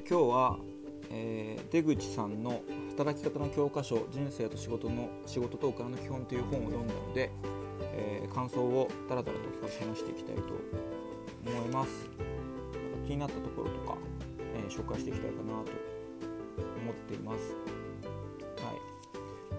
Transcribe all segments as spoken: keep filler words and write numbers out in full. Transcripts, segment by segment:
今日は、えー、出口さんの働き方の教科書人生と仕事の仕事とお金の基本という本を読んだので、えー、感想をだらだらと少し話していきたいと思います。気になったところとか、えー、紹介していきたいかなと思っています。はい。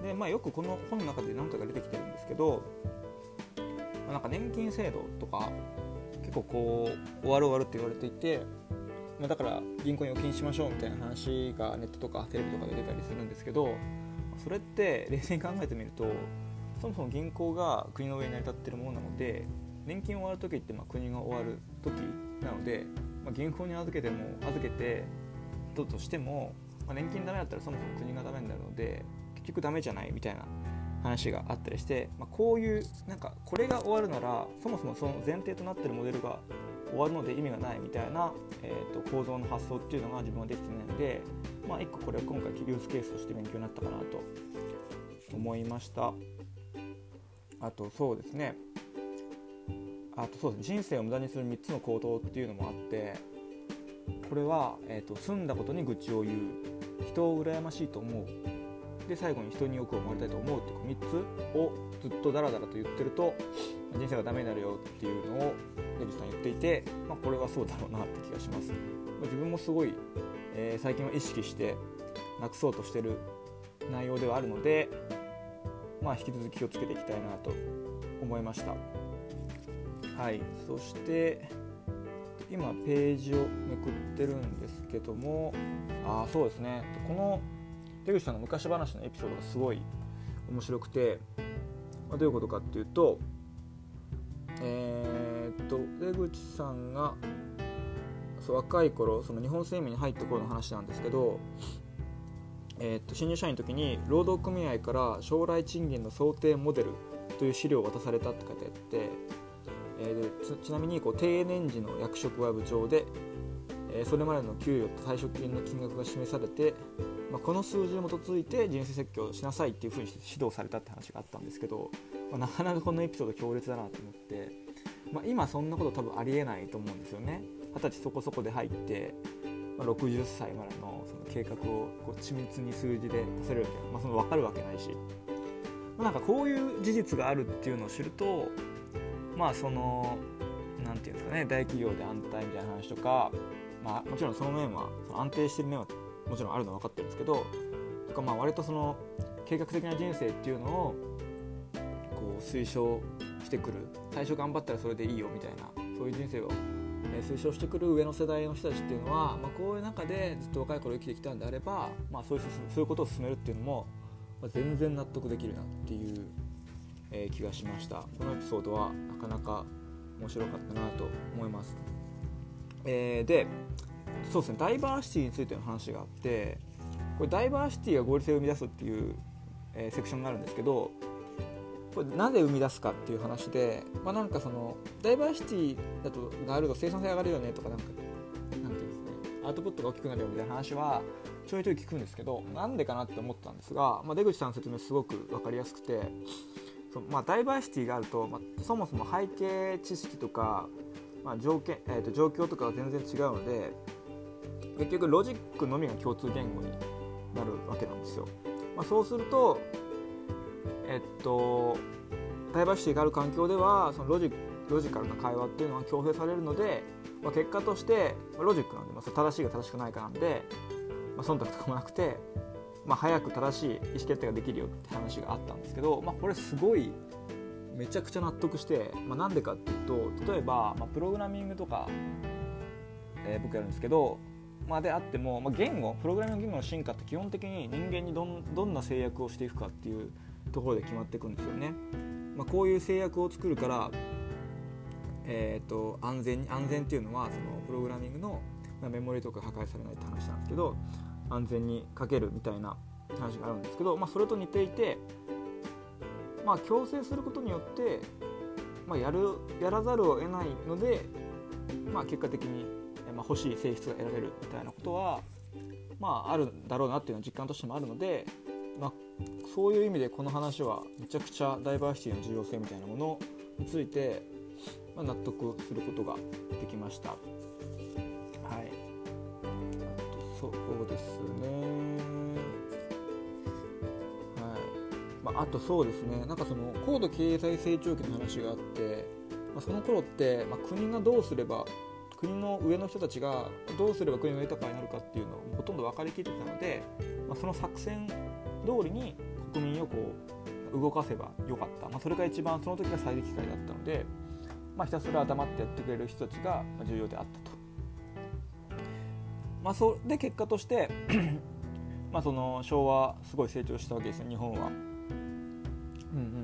で、まあ、よくこの本の中で何回か出てきてるんですけど、まあ、なんか年金制度とか結構こう終わる終わるって言われていて、まあ、だから銀行に預金しましょうみたいな話がネットとかテレビとかで出たりするんですけど、それって冷静に考えてみると、そもそも銀行が国の上に成り立っているものなので、年金終わる時ってまあ国が終わる時なので、まあ、銀行に預けても預けてととしても、まあ、年金ダメだったらそもそも国がダメになるので結局ダメじゃないみたいな話があったりして、まあ、こういうなんかこれが終わるならそもそもその前提となっているモデルが終わるので意味がないみたいな、えー、と構造の発想っていうのが自分はできてないので、まあ、一個これを今回ユースケースとして勉強になったかなと思いました。あとそうですねあとそうです人生を無駄にするみっつの行動っていうのもあって、これは、えー、と済んだことに愚痴を言う、人を羨ましいと思う、で最後に人によく思われたいと思うっていうみっつをずっとダラダラと言ってると人生がダメになるよっていうのを出口さん言っていて、まあ、これはそうだろうなって気がします。自分もすごい、えー、最近は意識してなくそうとしてる内容ではあるので、まあ、引き続き気をつけていきたいなと思いました。はい、そして今ページをめくってるんですけども、あそうですねこの出口さんの昔話のエピソードがすごい面白くて、まあ、どういうことかっていうと、えー、っと出口さんがそう若い頃その日本生命に入った頃の話なんですけど、えー、っと新入社員の時に労働組合から将来賃金の想定モデルという資料を渡されたって書いてあって、えー、で ち, ちなみにこう定年時の役職は部長で、えー、それまでの給与と退職金の金額が示されて、まあ、この数字に基づいて人生設計をしなさいっていう風に指導されたって話があったんですけど、まあ、なかなかこのエピソード強烈だなと思って、まあ、今そんなこと多分ありえないと思うんですよね。はたちそこそこで入って、まあ、ろくじゅっさいまで の, その計画をこう緻密に数字で出せるわけ、まあ、その分かるわけないし、まあ、なんかこういう事実があるっていうのを知ると、まあそのなんていうんですかね、大企業で安泰みたいな話とか、まあ、もちろんその面はその安定してる面はもちろんあるのは分かってるんですけど、とかまあ割とその計画的な人生っていうのをこう推奨してくる、最初頑張ったらそれでいいよみたいな、そういう人生を推奨してくる上の世代の人たちっていうのは、まあ、こういう中でずっと若い頃生きてきたんであれば、まあ、そういう、そういうことを進めるっていうのも、まあ、全然納得できるなっていう、えー、気がしました。このエピソードはなかなか面白かったなと思います。えー、でそうですね、ダイバーシティについての話があって、これダイバーシティが合理性を生み出すっていう、えー、セクションがあるんですけど、これなぜ生み出すかっていう話で、まあ、なんかそのダイバーシティだとがあると生産性上がるよねとか、なんかなんていうんですね、アウトプットが大きくなるよみたいな話はちょいちょい聞くんですけど、なんでかなって思ったんですが、まあ、出口さんの説明すごく分かりやすくて、そのまあ、ダイバーシティがあると、まあ、そもそも背景知識とか、まあ 条件えー、と状況とかが全然違うので、結局ロジックのみが共通言語になるわけなんですよ。まあ、そうするとえっとダイバーシティがある環境ではそのロジロジカルな会話っていうのは強制されるので、まあ、結果としてロジックなんで、まあ、正しいか正しくないかなんで、まあ、忖度とかもなくて、まあ、早く正しい意思決定ができるよって話があったんですけど、まあ、これすごいめちゃくちゃ納得して、まあ、なんでかっていうと、例えば、まあ、プログラミングとか、えー、僕やるんですけど、まあ、であっても、まあ、言語プログラミング言語の進化って基本的に人間に ど, んどんな制約をしていくかっていうところで決まっていくんですよね。まあ、こういう制約を作るから、えー、と安全に安全っていうのはそのプログラミングの、まあ、メモリとか破壊されないって話なんですけど、安全にかけるみたいな話があるんですけど、まあ、それと似ていて、まあ、強制することによって、まあ、やるやらざるを得ないので、まあ、結果的に、まあ、欲しい性質が得られるみたいなことは、まあ、あるんだろうなっていうのは実感としてもあるので、まあ、そういう意味でこの話はめちゃくちゃダイバーシティの重要性みたいなものについて、まあ、納得することができました。はい。 そうですね。はい。まあ、あとそうですね、なんかその高度経済成長期の話があって、まあ、その頃って、まあ、国がどうすれば国の上の人たちがどうすれば国が豊かになるかっていうのをほとんど分かりきってたので、まあ、その作戦通りに国民をこう動かせばよかった、まあ、それが一番その時が最適解だったので、まあ、ひたすら黙ってやってくれる人たちが重要であったと。まあ、それで結果としてまあその昭和すごい成長したわけですよ、日本は。うんうん、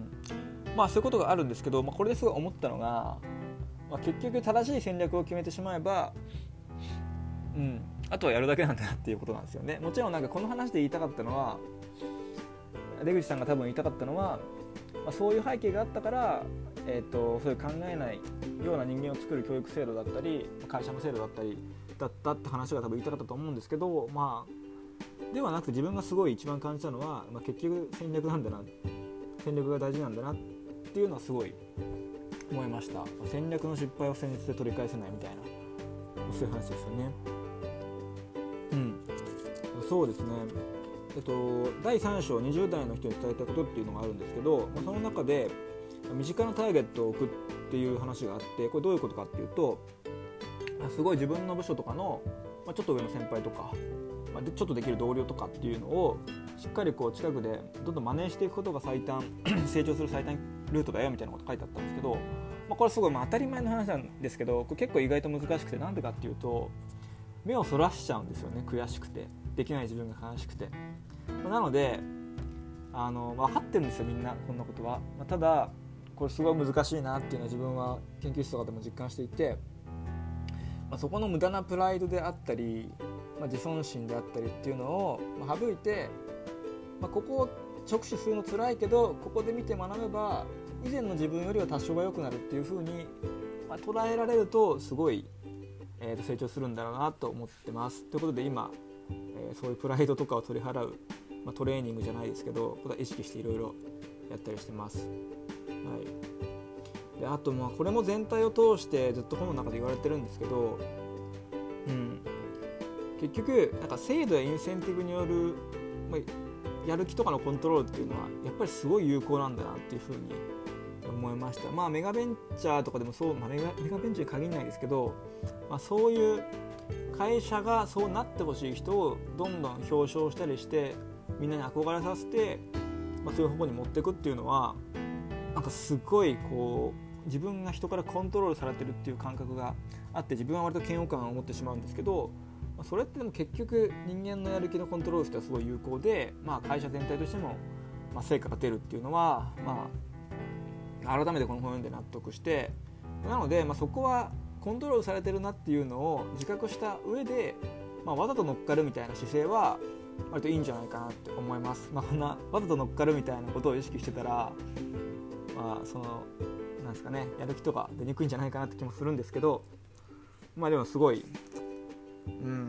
まあそういうことがあるんですけど、まあ、これですごい思ったのが、まあ、結局正しい戦略を決めてしまえば、うん、あとはやるだけなんだなっていうことなんですよね。もちろんなんかこの話で言いたかったのは、出口さんが多分言いたかったのは、まあ、そういう背景があったから、えーと、そういう考えないような人間を作る教育制度だったり会社の制度だったりだったって話が多分言いたかったと思うんですけど、まあではなくて自分がすごい一番感じたのは、まあ、結局戦略なんだな、戦略が大事なんだなっていうのはすごい思いました。戦略の失敗を戦術で取り返せないみたいな、そういう話ですよね。うん、そうですね。えっとだいさん章にじゅう代の人に伝えたことっていうのがあるんですけど、まあ、その中で身近なターゲットを置くっていう話があって、これどういうことかっていうと、すごい自分の部署とかの、まあ、ちょっと上の先輩とか、まあ、ちょっとできる同僚とかっていうのをしっかりこう近くでどんどん真似していくことが最短成長する最短ルートだよみたいなこと書いてあったんですけど、まあ、これすごいまあ当たり前の話なんですけど、これ結構意外と難しくて、なんでかっていうと目をそらしちゃうんですよね。悔しくてできない自分が悲しくて、まあ、なのであの分かってるんですよみんなこんなことは、まあ、ただこれすごい難しいなっていうのは自分は研究室とかでも実感していて、まあ、そこの無駄なプライドであったり、まあ、自尊心であったりっていうのを、まあ、省いて、まあ、ここを直視するの辛いけどここで見て学べば以前の自分よりは多少は良くなるっていう風に、まあ、捉えられるとすごい、えー、と成長するんだろうなと思ってます。ということで今、えー、そういうプライドとかを取り払う、まあ、トレーニングじゃないですけど、これは意識していろいろやったりしてます。はい、であとまあこれも全体を通してずっと本の中で言われてるんですけど、うん、結局なんか制度やインセンティブによる、まあ、やる気とかのコントロールっていうのはやっぱりすごい有効なんだなっていうふうに思いました。まあメガベンチャーとかでもそう、まあ、メガ、メガベンチャーに限らないですけど、まあ、そういう会社がそうなってほしい人をどんどん表彰したりしてみんなに憧れさせて、まあ、そういう方向に持っていくっていうのはなんかすごいこう自分が人からコントロールされてるっていう感覚があって、自分は割と嫌悪感を持ってしまうんですけど、それってでも結局人間のやる気のコントロールとしてはすごい有効で、まあ、会社全体としてもまあ成果が出るっていうのは、まあ、改めてこの本を読んで納得して、なので、まあ、そこはコントロールされてるなっていうのを自覚した上で、まあ、わざと乗っかるみたいな姿勢は割といいんじゃないかなって思います。まあ、こんなわざと乗っかるみたいなことを意識してたら、まあ、そのなんですかね、やる気とか出にくいんじゃないかなって気もするんですけど、まあでもすごい、うん、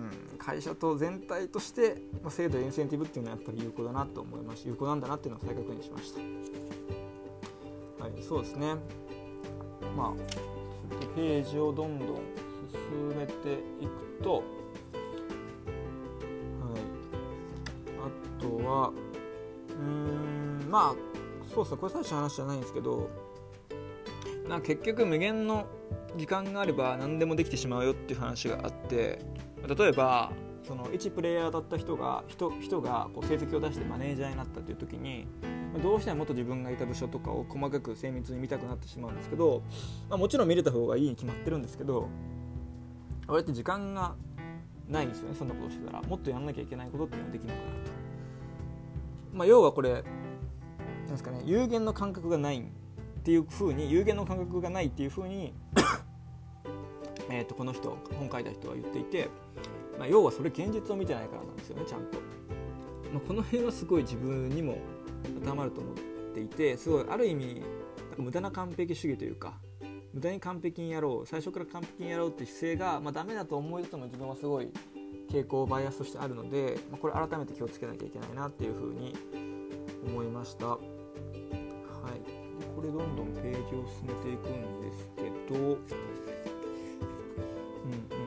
会社と全体として、まあ、制度やインセンティブっていうのはやっぱり有効だなと思いました。有効なんだなっていうのを再確認しました。はい、そうですね。まあページをどんどん進めていくと、はい、あとはうーんまあそうですね、これ最初の話じゃないんですけど、なんか結局無限の時間があれば何でもできてしまうよっていう話があって、例えばその一プレイヤーだった人が 人, 人がこう成績を出してマネージャーになったっていう時に、どうしてももっと自分がいた部署とかを細かく精密に見たくなってしまうんですけど、まあ、もちろん見れた方がいいに決まってるんですけど、あれって時間がないんですよね。そんなことしてたらもっとやんなきゃいけないことっていうのはできなくなると。まあ、要はこれなんですかね、有限の感覚がないっていう風に有限の感覚がないっていう風にえとこの人本書いた人は言っていて、まあ、要はそれ現実を見てないからなんですよね、ちゃんと。まあ、この辺はすごい自分にも当てはまると思っていて、すごいある意味無駄な完璧主義というか、無駄に完璧にやろう、最初から完璧にやろうっていう姿勢が、まあ、ダメだと思いつつも自分はすごい傾向バイアスとしてあるので、まあ、これ改めて気をつけなきゃいけないなっていう風に思いました。はい、これどんどんページを進めていくんですけど、うんうん、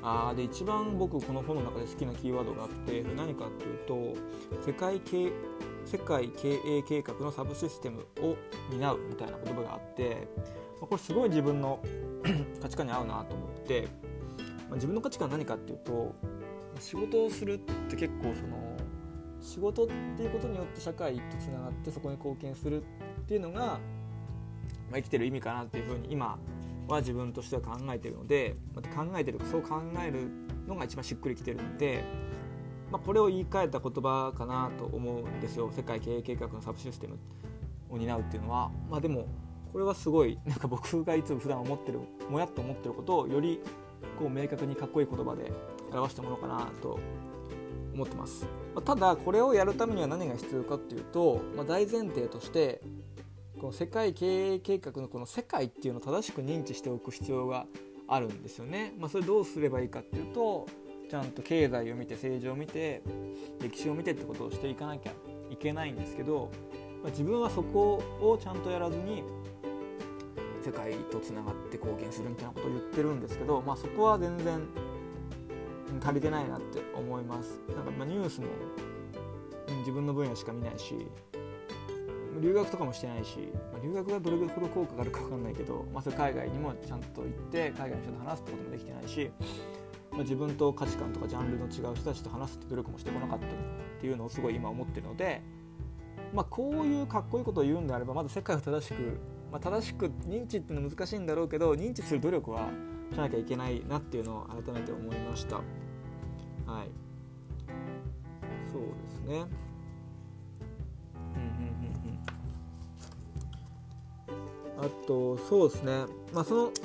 あで一番僕この本の中で好きなキーワードがあって、何かっていうと世界経世界経営計画のサブシステムを担うみたいな言葉があって、これすごい自分の価値観に合うなと思って、自分の価値観は何かっていうと、仕事をするって結構その仕事っていうことによって社会とつながってそこに貢献するっていうのが、まあ、生きてる意味かなっていうふうに今は自分としては考えているので、また考えてるそう考えるのが一番しっくりきてるので、まあ、これを言い換えた言葉かなと思うんですよ。世界経営計画のサブシステムを担うっていうのは、まあ、でもこれはすごいなんか僕がいつも普段思ってるもやっと思ってることをよりこう明確にかっこいい言葉で表したものかなと思ってます。まあ、ただこれをやるためには何が必要かっていうと、まあ、大前提としてこの世界経営計画のこの世界っていうのを正しく認知しておく必要があるんですよね。まあ、それどうすればいいかっていうと、ちゃんと経済を見て政治を見て歴史を見てってことをしていかなきゃいけないんですけど、まあ、自分はそこをちゃんとやらずに世界とつながって貢献するみたいなことを言ってるんですけど、まあ、そこは全然足りてないなって思います。なんかまあニュースも自分の分野しか見ないし、留学とかもしてないし、まあ、留学がどれほど効果があるか分かんないけど、まあ、それ海外にもちゃんと行って海外の人と話すってこともできてないし、まあ、自分と価値観とかジャンルの違う人たちと話すって努力もしてこなかったっていうのをすごい今思ってるので、まあ、こういうかっこいいことを言うんであればまず世界を正しく、まあ、正しく認知っていうのは難しいんだろうけど、認知する努力はしなきゃいけないなっていうのを改めて思いました。はい、そうですね。うんうんうんうん。あとそうですね、まあ、その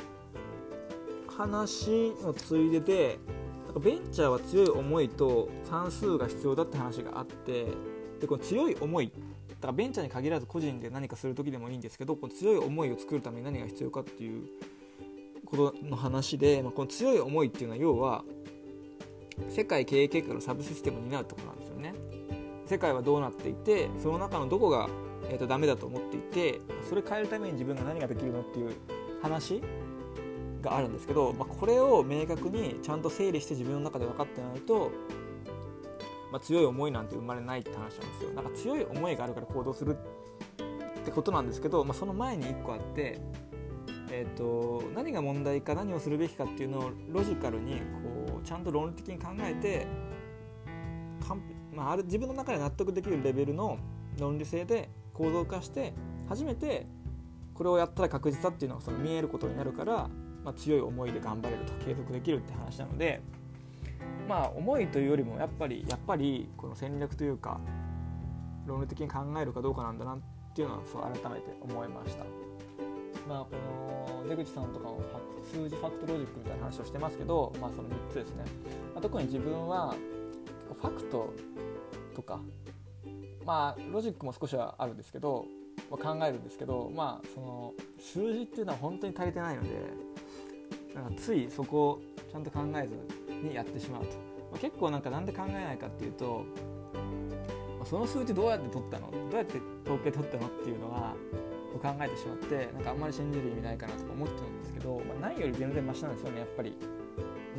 話のついでで、なんかベンチャーは強い思いと算数が必要だって話があって、でこの強い思いだからベンチャーに限らず個人で何かする時でもいいんですけど、この強い思いを作るために何が必要かっていうことの話で、まあ、この強い思いっていうのは要は世界経営計画のサブシステムになるところなんですよね。世界はどうなっていて、その中のどこが、えーと、ダメだと思っていて、それを変えるために自分が何ができるのっていう話があるんですけど、まあ、これを明確にちゃんと整理して自分の中で分かってないと、まあ、強い思いなんて生まれないって話なんですよ。なんか強い思いがあるから行動するってことなんですけど、まあ、その前にいっこあって、えーと、何が問題か何をするべきかっていうのをロジカルにこうちゃんと論理的に考えて、まあ、ある自分の中で納得できるレベルの論理性で構造化して初めてこれをやったら確実だっていうのがその見えることになるから、まあ、強い思いで頑張れると継続できるって話なので、まあ思いというよりもやっぱりやっぱりこの戦略というか論理的に考えるかどうかなんだなっていうのはそう改めて思いました。まあ、この出口さんとかも数字ファクトロジックみたいな話をしてますけど、まあ、そのみっつですね。まあ、特に自分はファクトとか、まあ、ロジックも少しはあるんですけど、まあ、考えるんですけど、まあ、その数字っていうのは本当に足りてないので、なんかついそこをちゃんと考えずにやってしまうと、まあ、結構なんかなんで考えないかっていうと、まあ、その数字どうやって取ったのどうやって統計取ったのっていうのは考えてしまって、なんかあんまり信じる意味ないかなとか思ってるんですけど、まあ、ないより全然マシなんですよね、やっぱり。うん、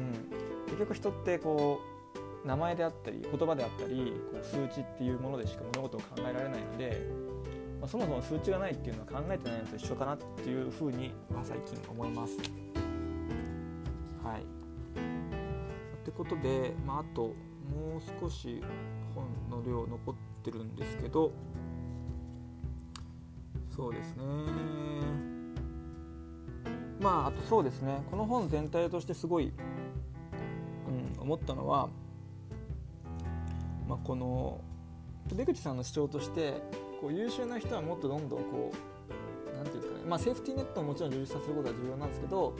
結局人ってこう名前であったり言葉であったりこう数値っていうものでしか物事を考えられないので、まあ、そもそも数値がないっていうのは考えてないのと一緒かなっていうふうに、まあ、最近思います。はい。ってことで、まあ、あともう少し本の量残ってるんですけど、そうですね。まああとそうですね。この本全体としてすごい、うん、思ったのは、まあ、この出口さんの主張としてこう優秀な人はもっとどんどんこうなんていうんですかね、まあセーフティーネットももちろん充実させることは重要なんですけど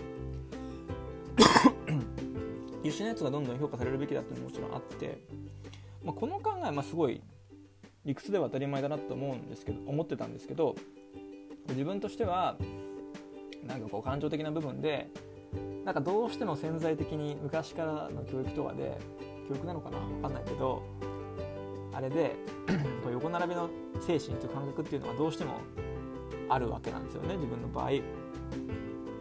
優秀なやつがどんどん評価されるべきだっていうのももちろんあって、まあ、この考えはまあすごい理屈では当たり前だなと思うんですけど思ってたんですけど、自分としてはなんかこう感情的な部分でなんかどうしても潜在的に昔からの教育とかで教育なのかな分かんないけどあれで横並びの精神という感覚っていうのがどうしてもあるわけなんですよね、自分の場合。ま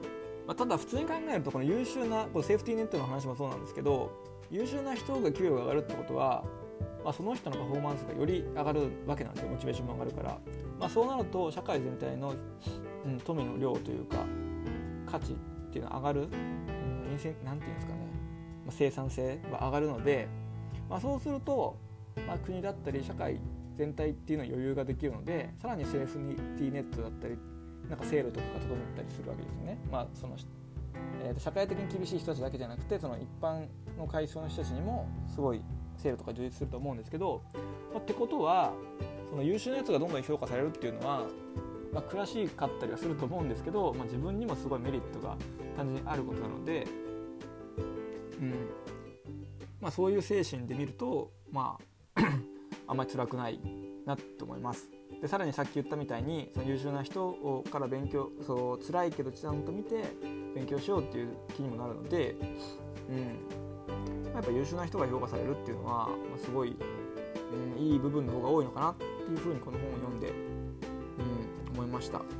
まあ、ただ普通に考えるとこの優秀なこのセーフティーネットの話もそうなんですけど、優秀な人が給与が上がるってことは、まあ、その人のパフォーマンスがより上がるわけなんですよ。モチベーションも上がるから、まあ、そうなると社会全体の、うん、富の量というか価値っていうのは上がる、うん、インセンなんていうんですかね、まあ、生産性は上がるので、まあ、そうすると、まあ、国だったり社会全体っていうのは余裕ができるので、さらにセーフティーネットだったりなんか制度とかが整ったりするわけですね。まあそのえー、と社会的に厳しい人たちだけじゃなくて、その一般の階層の人たちにもすごい制度とか充実すると思うんですけど、まあ、ってことはその優秀なやつがどんどん評価されるっていうのは、まあ、悔しかったりはすると思うんですけど、まあ、自分にもすごいメリットが単純にあることなので、うんまあ、そういう精神で見ると、まあ、あんまり辛くないなと思います。でさらにさっき言ったみたいに、その優秀な人から勉強、そう辛いけどちゃんと見て勉強しようっていう気にもなるので、うん、やっぱ優秀な人が評価されるっていうのは、まあ、すごい、うん、いい部分の方が多いのかなっていうふうにこの本を読んで、うん、思いました。はい。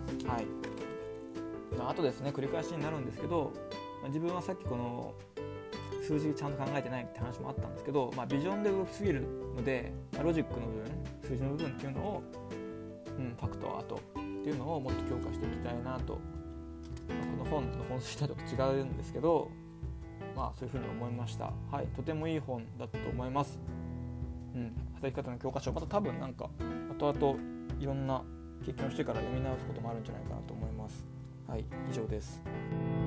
あとですね、繰り返しになるんですけど、まあ、自分はさっきこの数字ちゃんと考えてないって話もあったんですけど、まあ、ビジョンで動きすぎるので、まあ、ロジックの部分、数字の部分っていうのを、うん、ファクトアートっていうのをもっと強化していきたいなと、まあ、この本の本筋と違うんですけど、まあそういうふうに思いました。はい、とてもいい本だったと思います。うん、働き方の教科書、また多分なんか後々いろんな経験をしてから読み直すこともあるんじゃないかなと思います。はい、以上です。